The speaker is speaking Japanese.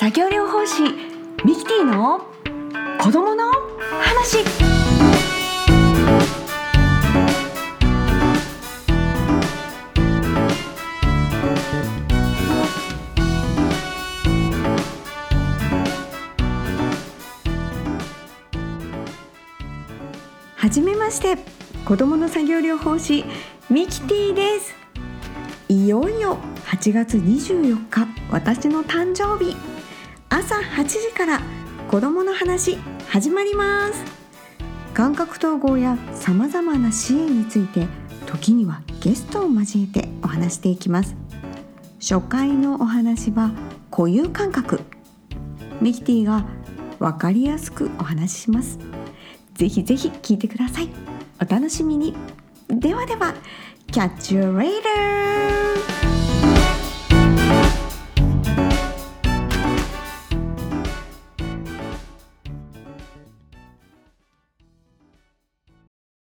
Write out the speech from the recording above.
作業療法士ミキティの子供の話。はじめまして、子供の作業療法士ミキティです。いよいよ8月24日、私の誕生日。朝8時から子供の話始まります。感覚統合やさまざまな支援について、時にはゲストを交えてお話していきます。初回のお話は固有感覚。ミキティが分かりやすくお話しします。ぜひぜひ聞いてください。お楽しみに。ではでは、Catch you later!